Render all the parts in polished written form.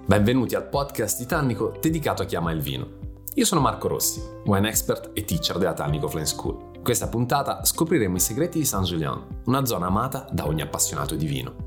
Benvenuti al podcast di Tannico dedicato a chi ama il vino. Io sono Marco Rossi, wine expert e teacher della Tannico Flame School. In questa puntata scopriremo i segreti di Saint-Julien, una zona amata da ogni appassionato di vino.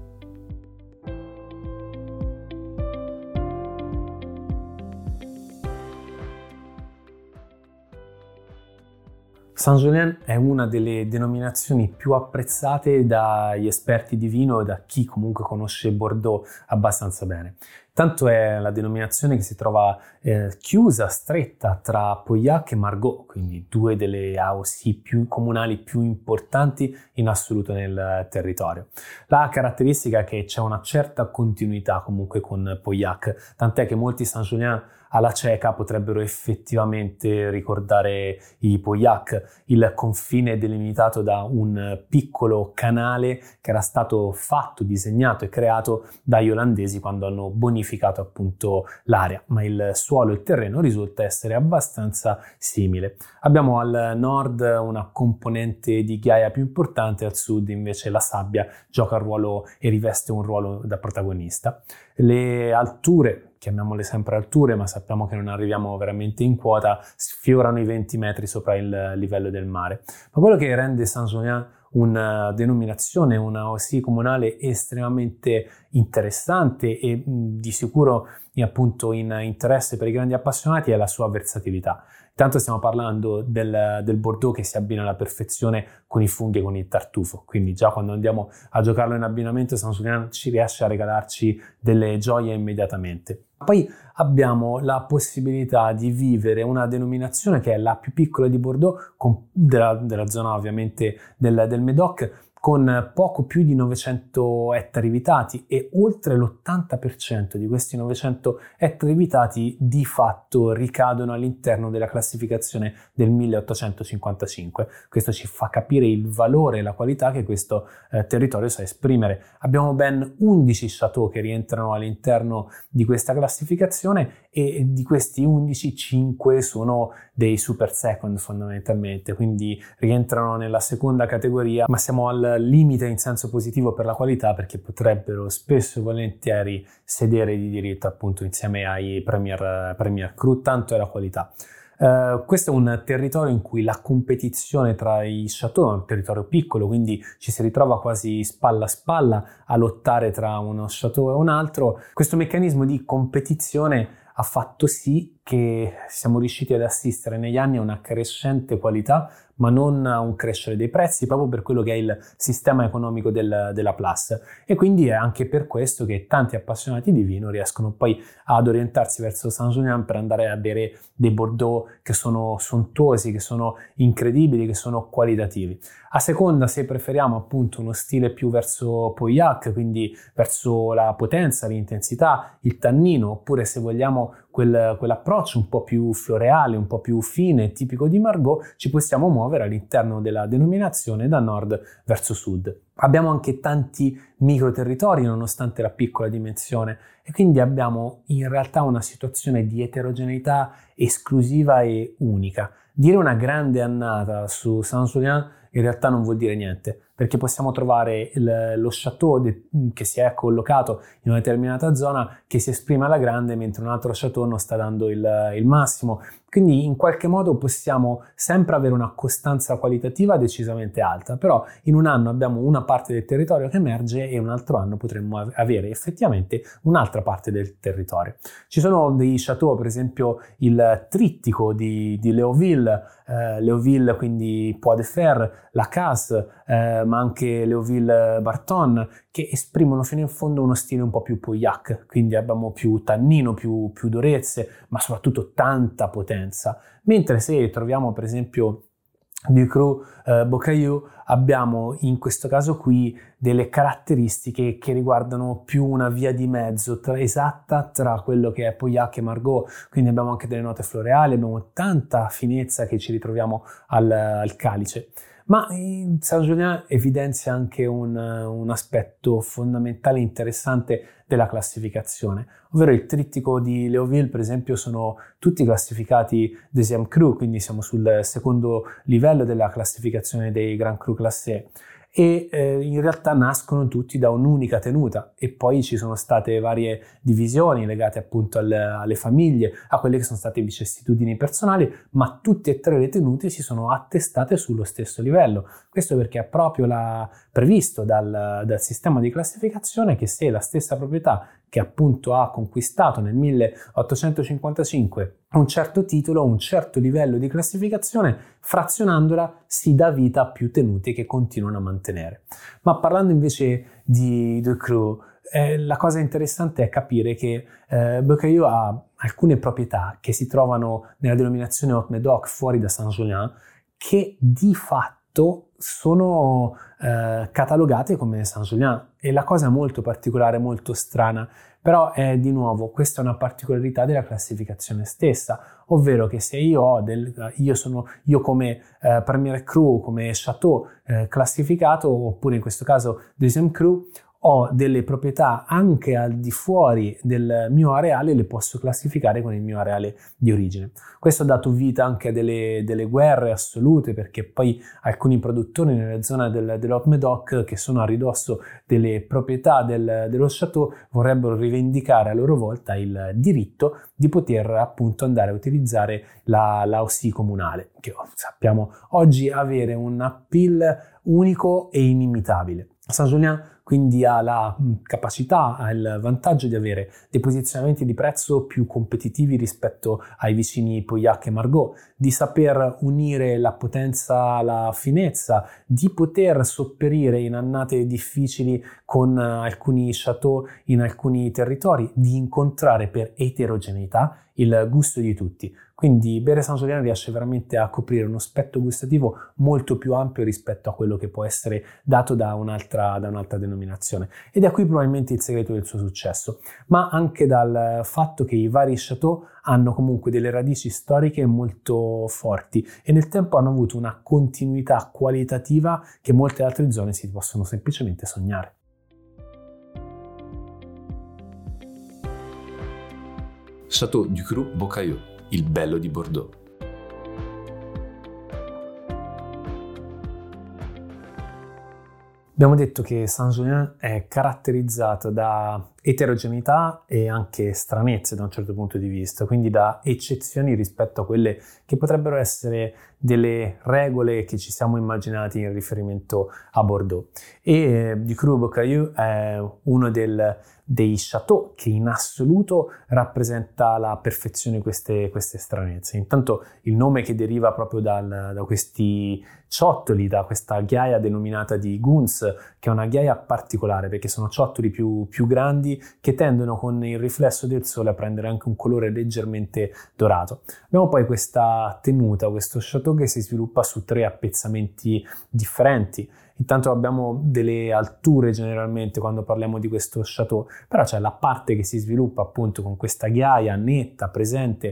Saint-Julien è una delle denominazioni più apprezzate dagli esperti di vino e da chi comunque conosce Bordeaux abbastanza bene. Tanto è la denominazione che si trova chiusa, stretta tra Pauillac e Margaux, quindi due delle AOC comunali più importanti in assoluto nel territorio. La caratteristica è che c'è una certa continuità comunque con Pauillac, tant'è che molti Saint-Julien alla cieca potrebbero effettivamente ricordare i Pauillac. Il confine è delimitato da un piccolo canale che era stato fatto, disegnato e creato dagli olandesi quando hanno bonificato appunto l'area, ma il suolo e il terreno risulta essere abbastanza simile. Abbiamo al nord una componente di ghiaia più importante, al sud invece la sabbia gioca un ruolo e riveste un ruolo da protagonista. Le alture, chiamiamole sempre alture, ma sappiamo che non arriviamo veramente in quota, sfiorano i 20 metri sopra il livello del mare. Ma quello che rende Saint-Julien una denominazione, una AOC comunale estremamente interessante e di sicuro appunto in interesse per i grandi appassionati è la sua versatilità. Intanto stiamo parlando del Bordeaux che si abbina alla perfezione con i funghi e con il tartufo, quindi già quando andiamo a giocarlo in abbinamento Saint-Julien ci riesce a regalarci delle gioie immediatamente. Poi abbiamo la possibilità di vivere una denominazione che è la più piccola di Bordeaux, della zona ovviamente del Médoc, con poco più di 900 ettari vitati e oltre l'80% di questi 900 ettari vitati di fatto ricadono all'interno della classificazione del 1855. Questo ci fa capire il valore e la qualità che questo territorio sa esprimere. Abbiamo ben 11 chateau che rientrano all'interno di questa classificazione e di questi 11, 5 sono dei super second fondamentalmente, quindi rientrano nella seconda categoria, ma siamo al limite in senso positivo per la qualità perché potrebbero spesso e volentieri sedere di diritto appunto insieme ai Premier Cru, tanto è la qualità. Questo è un territorio in cui la competizione tra i chateau è un territorio piccolo, quindi ci si ritrova quasi spalla a spalla a lottare tra uno chateau e un altro. Questo meccanismo di competizione ha fatto sì che siamo riusciti ad assistere negli anni a una crescente qualità, ma non a un crescere dei prezzi, proprio per quello che è il sistema economico della Plus. E quindi è anche per questo che tanti appassionati di vino riescono poi ad orientarsi verso Saint-Julien per andare a bere dei Bordeaux che sono sontuosi, che sono incredibili, che sono qualitativi. A seconda se preferiamo appunto uno stile più verso Pauillac, quindi verso la potenza, l'intensità, il tannino, oppure se vogliamo quell'approccio un po' più floreale, un po' più fine, tipico di Margaux, ci possiamo muovere all'interno della denominazione da nord verso sud. Abbiamo anche tanti microterritori nonostante la piccola dimensione e quindi abbiamo in realtà una situazione di eterogeneità esclusiva e unica. Dire una grande annata su Saint-Julien in realtà non vuol dire niente, perché possiamo trovare lo chateau che si è collocato in una determinata zona che si esprime alla grande mentre un altro chateau non sta dando il massimo. Quindi in qualche modo possiamo sempre avere una costanza qualitativa decisamente alta, però in un anno abbiamo una parte del territorio che emerge e un altro anno potremmo avere effettivamente un'altra parte del territorio. Ci sono dei chateau, per esempio il trittico di Léoville, quindi Poix de Fer, la Casse, ma anche Léoville-Barton, che esprimono fino in fondo uno stile un po' più Pauillac, quindi abbiamo più tannino, più durezze, ma soprattutto tanta potenza. Mentre se troviamo per esempio Du Cru Boccaillou abbiamo in questo caso qui delle caratteristiche che riguardano più una via di mezzo esatta tra quello che è Pauillac e Margaux, quindi abbiamo anche delle note floreali, abbiamo tanta finezza che ci ritroviamo al calice. Ma Saint-Julien evidenzia anche un aspetto fondamentale e interessante della classificazione, ovvero il trittico di Léoville, per esempio, sono tutti classificati deuxième cru, quindi siamo sul secondo livello della classificazione dei Grand Cru Classé. e in realtà nascono tutti da un'unica tenuta, e poi ci sono state varie divisioni legate appunto alle famiglie, a quelle che sono state vicissitudini personali, ma tutte e tre le tenute si sono attestate sullo stesso livello. Questo perché è proprio previsto dal sistema di classificazione che se la stessa proprietà che appunto ha conquistato nel 1855 un certo titolo, un certo livello di classificazione, frazionandola si dà vita a più tenute che continuano a mantenere. Ma parlando invece di Ducreux, la cosa interessante è capire che Boccaiu ha alcune proprietà che si trovano nella denominazione Haut-Médoc fuori da Saint-Julien, che di fatto sono catalogate come Saint-Julien. E la cosa molto particolare, molto strana, però è di nuovo, questa è una particolarità della classificazione stessa, ovvero che se io come Premier Cru, come Chateau classificato, oppure in questo caso Deuxième Cru, ho delle proprietà anche al di fuori del mio areale, le posso classificare con il mio areale di origine. Questo ha dato vita anche a delle guerre assolute, perché poi alcuni produttori nella zona dell'Haut-Médoc, che sono a ridosso delle proprietà dello Chateau, vorrebbero rivendicare a loro volta il diritto di poter appunto andare a utilizzare l'AOC comunale, che sappiamo oggi avere un appeal unico e inimitabile. Saint-Julien quindi ha la capacità, ha il vantaggio di avere dei posizionamenti di prezzo più competitivi rispetto ai vicini Pauillac e Margaux, di saper unire la potenza alla finezza, di poter sopperire in annate difficili con alcuni chateau in alcuni territori, di incontrare per eterogeneità il gusto di tutti. Quindi bere Saint-Julien riesce veramente a coprire uno spettro gustativo molto più ampio rispetto a quello che può essere dato da un'altra denominazione. Ed è qui probabilmente il segreto del suo successo, ma anche dal fatto che i vari chateau hanno comunque delle radici storiche molto forti e nel tempo hanno avuto una continuità qualitativa che molte altre zone si possono semplicemente sognare. Château Ducreux Boccaiu, il bello di Bordeaux. Abbiamo detto che Saint-Julien è caratterizzato da eterogeneità e anche stranezze da un certo punto di vista, quindi da eccezioni rispetto a quelle che potrebbero essere delle regole che ci siamo immaginati in riferimento a Bordeaux. E Ducreux Boccaiu è uno dei chateau che in assoluto rappresenta la perfezione di queste stranezze. Intanto il nome che deriva proprio da questi ciottoli, da questa ghiaia denominata di Gunz, che è una ghiaia particolare perché sono ciottoli più grandi che tendono con il riflesso del sole a prendere anche un colore leggermente dorato. Abbiamo poi questa tenuta, questo chateau che si sviluppa su 3 appezzamenti differenti. Intanto abbiamo delle alture generalmente quando parliamo di questo chateau, però c'è la parte che si sviluppa appunto con questa ghiaia netta, presente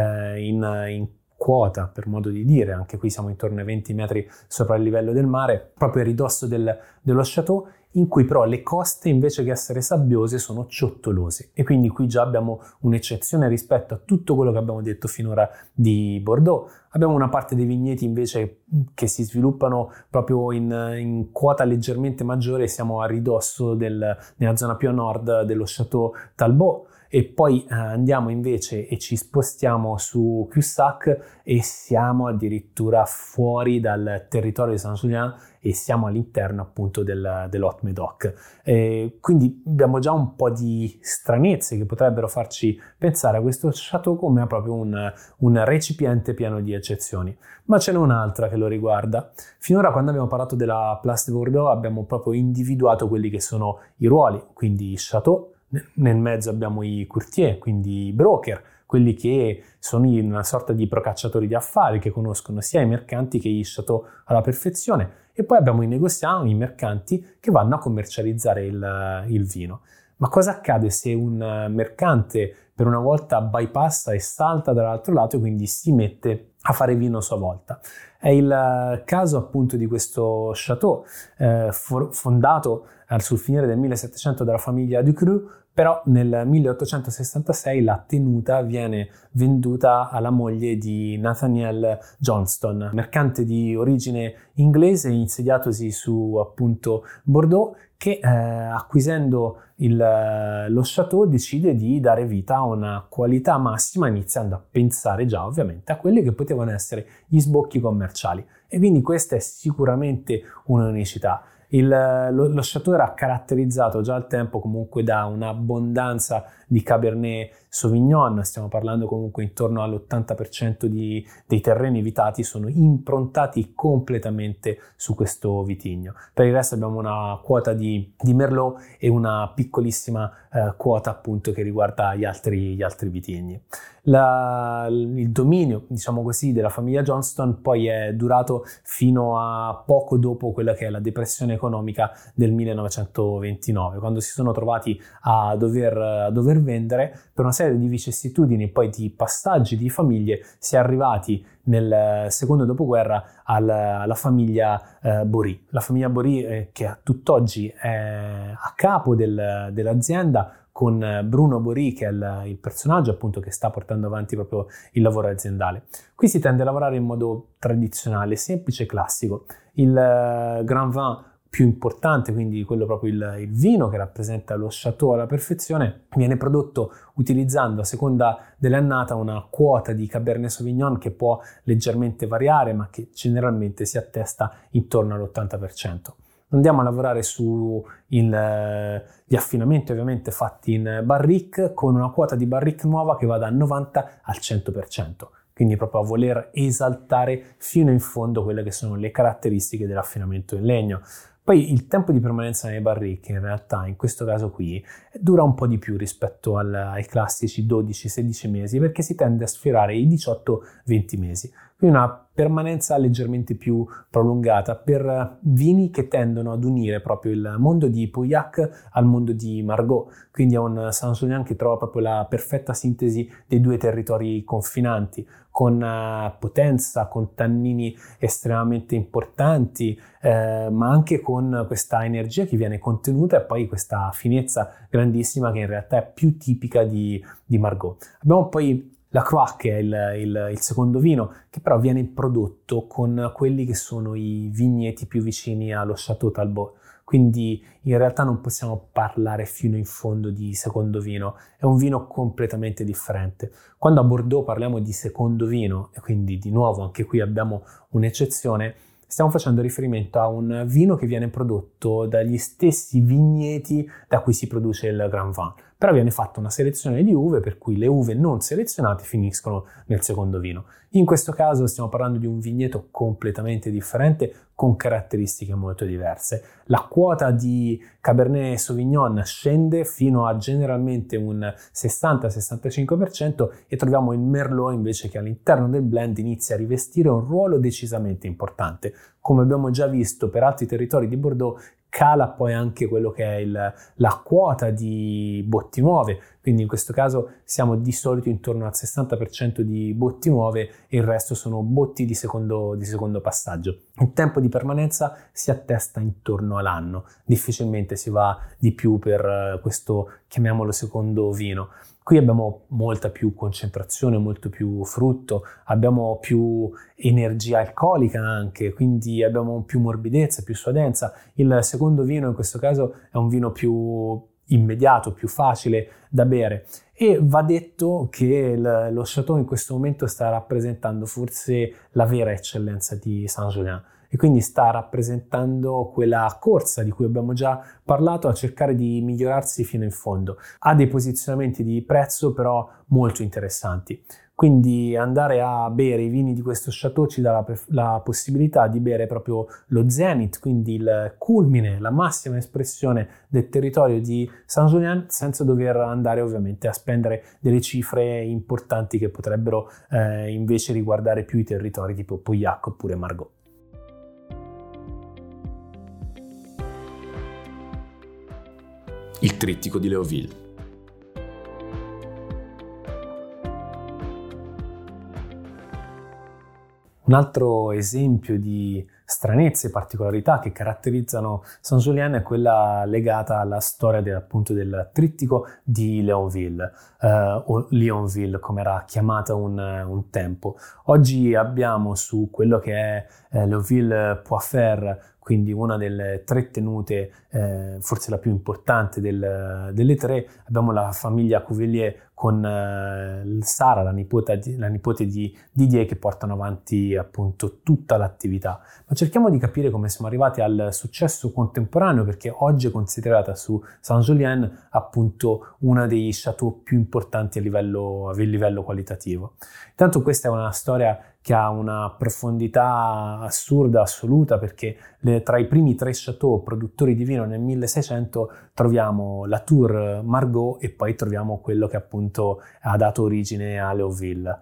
in quota, per modo di dire, anche qui siamo intorno ai 20 metri sopra il livello del mare, proprio a ridosso dello chateau, in cui però le coste invece che essere sabbiose sono ciottolose e quindi qui già abbiamo un'eccezione rispetto a tutto quello che abbiamo detto finora di Bordeaux. Abbiamo una parte dei vigneti invece che si sviluppano proprio in quota leggermente maggiore, siamo a ridosso nella zona più a nord dello Château Talbot. E poi andiamo invece e ci spostiamo su Cussac e siamo addirittura fuori dal territorio di Saint-Julien e siamo all'interno appunto dell'Haut-Médoc. Quindi abbiamo già un po' di stranezze che potrebbero farci pensare a questo chateau come a proprio un recipiente pieno di eccezioni. Ma ce n'è un'altra che lo riguarda. Finora quando abbiamo parlato della Place de Bordeaux abbiamo proprio individuato quelli che sono i ruoli, quindi i chateau. Nel mezzo abbiamo i courtier, quindi i broker, quelli che sono una sorta di procacciatori di affari che conoscono sia i mercanti che i chateau alla perfezione, e poi abbiamo i negozianti, i mercanti che vanno a commercializzare il vino. Ma cosa accade se un mercante per una volta bypassa e salta dall'altro lato e quindi si mette a fare vino a sua volta? È il caso appunto di questo chateau fondato sul finire del 1700 dalla famiglia Ducreux, però nel 1866 la tenuta viene venduta alla moglie di Nathaniel Johnston, mercante di origine inglese insediatosi su appunto Bordeaux, che acquisendo lo chateau decide di dare vita a una qualità massima, iniziando a pensare già ovviamente a quelli che potevano essere gli sbocchi commerciali, e quindi questa è sicuramente un'unicità. Lo chateau era caratterizzato già al tempo comunque da un'abbondanza di Cabernet Sauvignon, stiamo parlando comunque intorno all'80% dei terreni vitati sono improntati completamente su questo vitigno. Per il resto abbiamo una quota di Merlot e una piccolissima quota appunto che riguarda gli altri vitigni. Il dominio, diciamo così, della famiglia Johnston poi è durato fino a poco dopo quella che è la depressione economica del 1929, quando si sono trovati a dover vendere. Per una serie di vicissitudini e poi di passaggi di famiglie si è arrivati nel secondo dopoguerra alla famiglia Bory. La famiglia Bory che a tutt'oggi è a capo dell'azienda, con Bruno Bory che è il personaggio appunto che sta portando avanti proprio il lavoro aziendale. Qui si tende a lavorare in modo tradizionale, semplice e classico. Il Grand Vin più importante, quindi quello proprio il vino che rappresenta lo chateau alla perfezione, viene prodotto utilizzando a seconda dell'annata una quota di Cabernet Sauvignon che può leggermente variare, ma che generalmente si attesta intorno all'80%. Andiamo a lavorare gli affinamenti ovviamente fatti in barrique, con una quota di barrique nuova che va dal 90 al 100%. Quindi proprio a voler esaltare fino in fondo quelle che sono le caratteristiche dell'affinamento in legno. Poi il tempo di permanenza nei barrique in realtà in questo caso qui dura un po' di più rispetto ai classici 12-16 mesi, perché si tende a sfiorare i 18-20 mesi. Quindi una permanenza leggermente più prolungata per vini che tendono ad unire proprio il mondo di Pauillac al mondo di Margaux. Quindi è un Saint-Julien che trova proprio la perfetta sintesi dei due territori confinanti, con potenza, con tannini estremamente importanti, ma anche con questa energia che viene contenuta e poi questa finezza grandissima che in realtà è più tipica di Margaux. Abbiamo poi la Croix, che è il secondo vino, che però viene prodotto con quelli che sono i vigneti più vicini allo Château Talbot. Quindi in realtà non possiamo parlare fino in fondo di secondo vino, è un vino completamente differente. Quando a Bordeaux parliamo di secondo vino, e quindi di nuovo anche qui abbiamo un'eccezione, stiamo facendo riferimento a un vino che viene prodotto dagli stessi vigneti da cui si produce il Grand Vin, però viene fatta una selezione di uve per cui le uve non selezionate finiscono nel secondo vino. In questo caso stiamo parlando di un vigneto completamente differente con caratteristiche molto diverse. La quota di Cabernet Sauvignon scende fino a generalmente un 60-65% e troviamo il Merlot invece che all'interno del blend inizia a rivestire un ruolo decisamente importante. Come abbiamo già visto per altri territori di Bordeaux, cala poi anche quello che è la quota di botti nuove, quindi in questo caso siamo di solito intorno al 60% di botti nuove e il resto sono botti di secondo passaggio. Il tempo di permanenza si attesta intorno all'anno, difficilmente si va di più per questo, chiamiamolo secondo vino. Qui abbiamo molta più concentrazione, molto più frutto, abbiamo più energia alcolica anche, quindi abbiamo più morbidezza, più suadenza. Il secondo vino in questo caso è un vino più immediato, più facile da bere. E va detto che lo Château in questo momento sta rappresentando forse la vera eccellenza di Saint-Julien. E quindi sta rappresentando quella corsa di cui abbiamo già parlato a cercare di migliorarsi fino in fondo. Ha dei posizionamenti di prezzo però molto interessanti. Quindi andare a bere i vini di questo Château ci dà la possibilità di bere proprio lo zenith, quindi il culmine, la massima espressione del territorio di Saint-Julien, senza dover andare ovviamente a spendere delle cifre importanti che potrebbero invece riguardare più i territori tipo Pauillac oppure Margaux. Il trittico di Léoville. Un altro esempio di stranezze e particolarità che caratterizzano Saint-Julien è quella legata alla storia appunto del trittico di Léonville, o Lionville come era chiamata un tempo. Oggi abbiamo su quello che è Léonville-Poifer, quindi una delle 3 tenute, forse la più importante delle 3, abbiamo la famiglia Cuvelier con Sara, la nipote di Didier, che portano avanti appunto tutta l'attività. Ma cerchiamo di capire come siamo arrivati al successo contemporaneo, perché oggi è considerata su Saint-Julien appunto una dei chateau più importanti a livello qualitativo. Intanto questa è una storia che ha una profondità assurda, assoluta, perché tra i primi 3 chateau produttori di vino nel 1600 troviamo la Tour Margaux e poi troviamo quello che appunto ha dato origine a Léonville.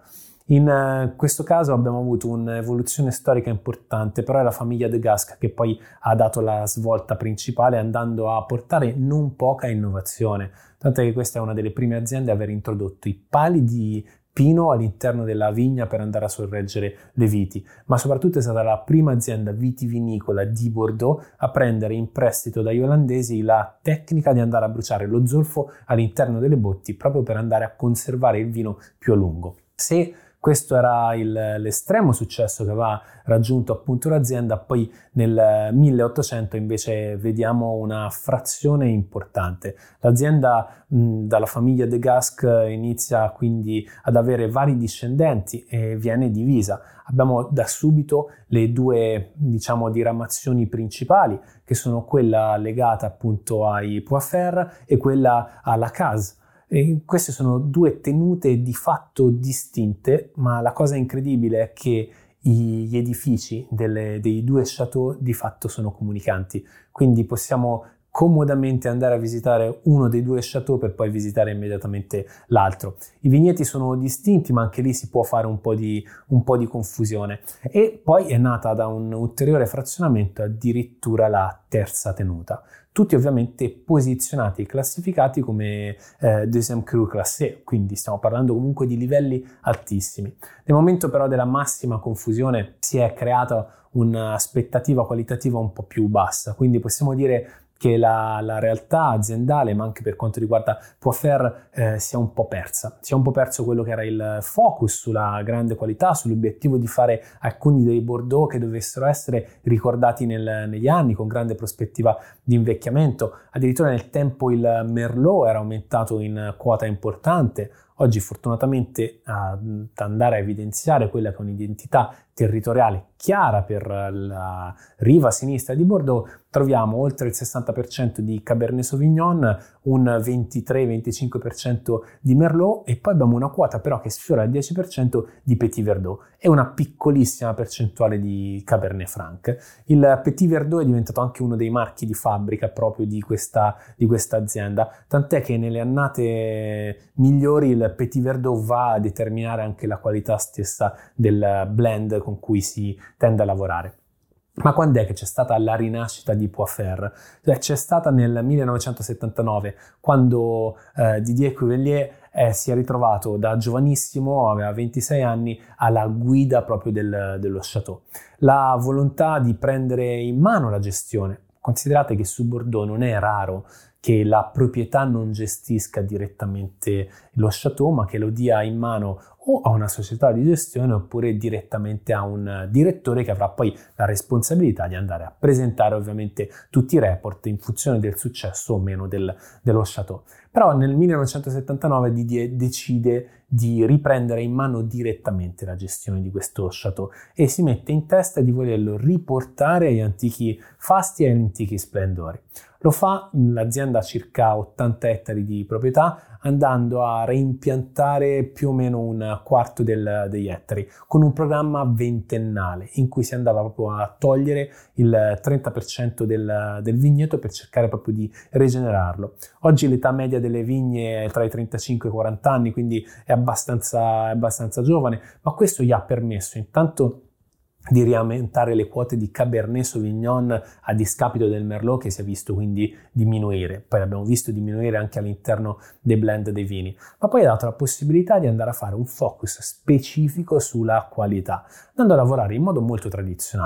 In questo caso abbiamo avuto un'evoluzione storica importante, però è la famiglia de Gasc che poi ha dato la svolta principale, andando a portare non poca innovazione, tant'è che questa è una delle prime aziende a aver introdotto i pali di pino all'interno della vigna per andare a sorreggere le viti, ma soprattutto è stata la prima azienda vitivinicola di Bordeaux a prendere in prestito dagli olandesi la tecnica di andare a bruciare lo zolfo all'interno delle botti proprio per andare a conservare il vino più a lungo. Se questo era l'estremo successo che aveva raggiunto appunto l'azienda, poi nel 1800 invece vediamo una frazione importante. L'azienda dalla famiglia de Gasc inizia quindi ad avere vari discendenti e viene divisa. Abbiamo da subito le 2 diramazioni principali, che sono quella legata appunto ai Poifer e quella alla Case. E queste sono 2 tenute di fatto distinte, ma la cosa incredibile è che gli edifici dei 2 chateau di fatto sono comunicanti, quindi possiamo comodamente andare a visitare uno dei 2 chateau per poi visitare immediatamente l'altro. I vigneti sono distinti, ma anche lì si può fare un po' di confusione. E poi è nata da un ulteriore frazionamento addirittura la terza tenuta. Tutti ovviamente posizionati e classificati come deuxième cru classé, quindi stiamo parlando comunque di livelli altissimi. Nel momento però della massima confusione si è creata un'aspettativa qualitativa un po' più bassa, quindi possiamo dire che la realtà aziendale, ma anche per quanto riguarda Poifer, sia un po' persa. Si è un po' perso quello che era il focus sulla grande qualità, sull'obiettivo di fare alcuni dei Bordeaux che dovessero essere ricordati negli anni, con grande prospettiva di invecchiamento. Addirittura nel tempo il Merlot era aumentato in quota importante. Oggi fortunatamente ad andare a evidenziare quella che è un'identità territoriale chiara per la riva sinistra di Bordeaux, troviamo oltre il 60% di Cabernet Sauvignon, un 23-25% di Merlot e poi abbiamo una quota però che sfiora il 10% di Petit Verdot e una piccolissima percentuale di Cabernet Franc. Il Petit Verdot è diventato anche uno dei marchi di fabbrica proprio di questa azienda, tant'è che nelle annate migliori il Petit Verdot va a determinare anche la qualità stessa del blend con cui si tende a lavorare. Ma quando è che c'è stata la rinascita di Poifer? C'è stata nel 1979, quando Didier Cuvelier si è ritrovato da giovanissimo, aveva 26 anni, alla guida proprio dello Chateau. La volontà di prendere in mano la gestione. Considerate che su Bordeaux non è raro che la proprietà non gestisca direttamente lo Chateau, ma che lo dia in mano o a una società di gestione oppure direttamente a un direttore che avrà poi la responsabilità di andare a presentare ovviamente tutti i report in funzione del successo o meno dello Chateau. Però nel 1979 Didier decide di riprendere in mano direttamente la gestione di questo Chateau e si mette in testa di volerlo riportare agli antichi fasti e agli antichi splendori. Lo fa, l'azienda ha circa 80 ettari di proprietà, andando a reimpiantare più o meno un quarto degli ettari, con un programma ventennale in cui si andava proprio a togliere il 30% del vigneto per cercare proprio di rigenerarlo. Oggi l'età media delle vigne è tra i 35 e i 40 anni, quindi è abbastanza giovane, ma questo gli ha permesso intanto di riaumentare le quote di Cabernet Sauvignon a discapito del Merlot, che si è visto quindi diminuire. Poi l'abbiamo visto diminuire anche all'interno dei blend dei vini, ma poi ha dato la possibilità di andare a fare un focus specifico sulla qualità, andando a lavorare in modo molto tradizionale.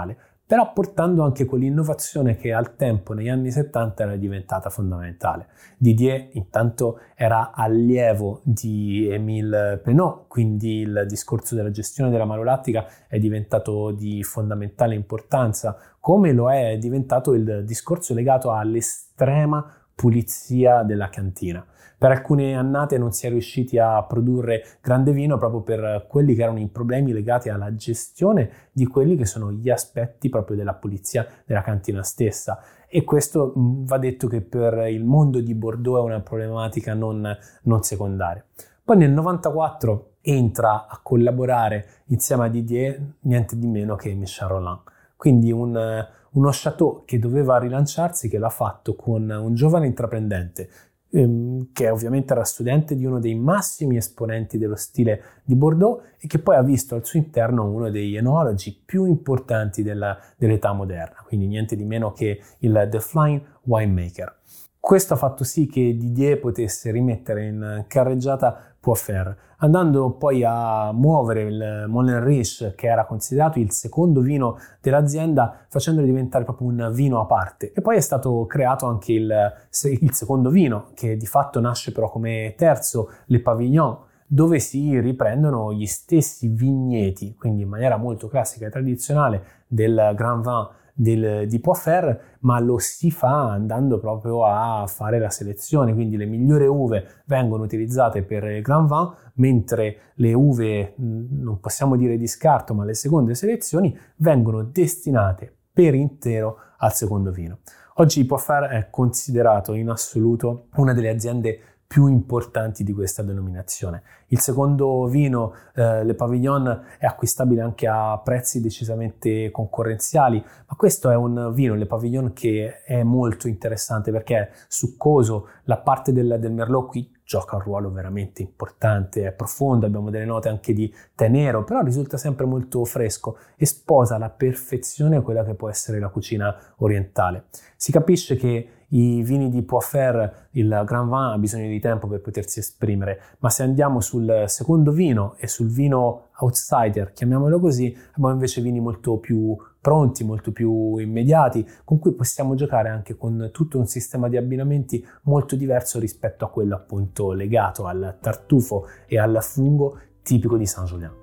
però portando anche quell'innovazione che al tempo, negli anni 70, era diventata fondamentale. Didier intanto era allievo di Émile Penaud, quindi il discorso della gestione della malolattica è diventato di fondamentale importanza, come lo è diventato il discorso legato all'estrema pulizia della cantina. Per alcune annate non si è riusciti a produrre grande vino proprio per quelli che erano i problemi legati alla gestione di quelli che sono gli aspetti proprio della pulizia della cantina stessa. E questo va detto che per il mondo di Bordeaux è una problematica non secondaria. Poi nel 94 entra a collaborare insieme a Didier niente di meno che Michel Rolland. Quindi uno chateau che doveva rilanciarsi, che l'ha fatto con un giovane intraprendente che ovviamente era studente di uno dei massimi esponenti dello stile di Bordeaux e che poi ha visto al suo interno uno degli enologi più importanti dell'età moderna, quindi niente di meno che il The Flying Winemaker. Questo ha fatto sì che Didier potesse rimettere in carreggiata Poifer, andando poi a muovere il Moulin Riche, che era considerato il secondo vino dell'azienda, facendolo diventare proprio un vino a parte. E poi è stato creato anche il secondo vino, che di fatto nasce però come terzo, Le Pavillon, dove si riprendono gli stessi vigneti, quindi in maniera molto classica e tradizionale, del Grand Vin di Poifer, ma lo si fa andando proprio a fare la selezione, quindi le migliori uve vengono utilizzate per il Grand Vin, mentre le uve, non possiamo dire di scarto, ma le seconde selezioni vengono destinate per intero al secondo vino. Oggi Poifer è considerato in assoluto una delle aziende più importanti di questa denominazione. Il secondo vino, Le Pavillon, è acquistabile anche a prezzi decisamente concorrenziali, ma questo è un vino, Le Pavillon, che è molto interessante perché è succoso, la parte del Merlot qui gioca un ruolo veramente importante, è profondo, abbiamo delle note anche di tè nero, però risulta sempre molto fresco e sposa alla perfezione quella che può essere la cucina orientale. Si capisce che i vini di Poifer, il Grand Vin, ha bisogno di tempo per potersi esprimere, ma se andiamo sul secondo vino e sul vino outsider, chiamiamolo così, abbiamo invece vini molto più pronti, molto più immediati, con cui possiamo giocare anche con tutto un sistema di abbinamenti molto diverso rispetto a quello appunto legato al tartufo e al fungo tipico di Saint-Julien.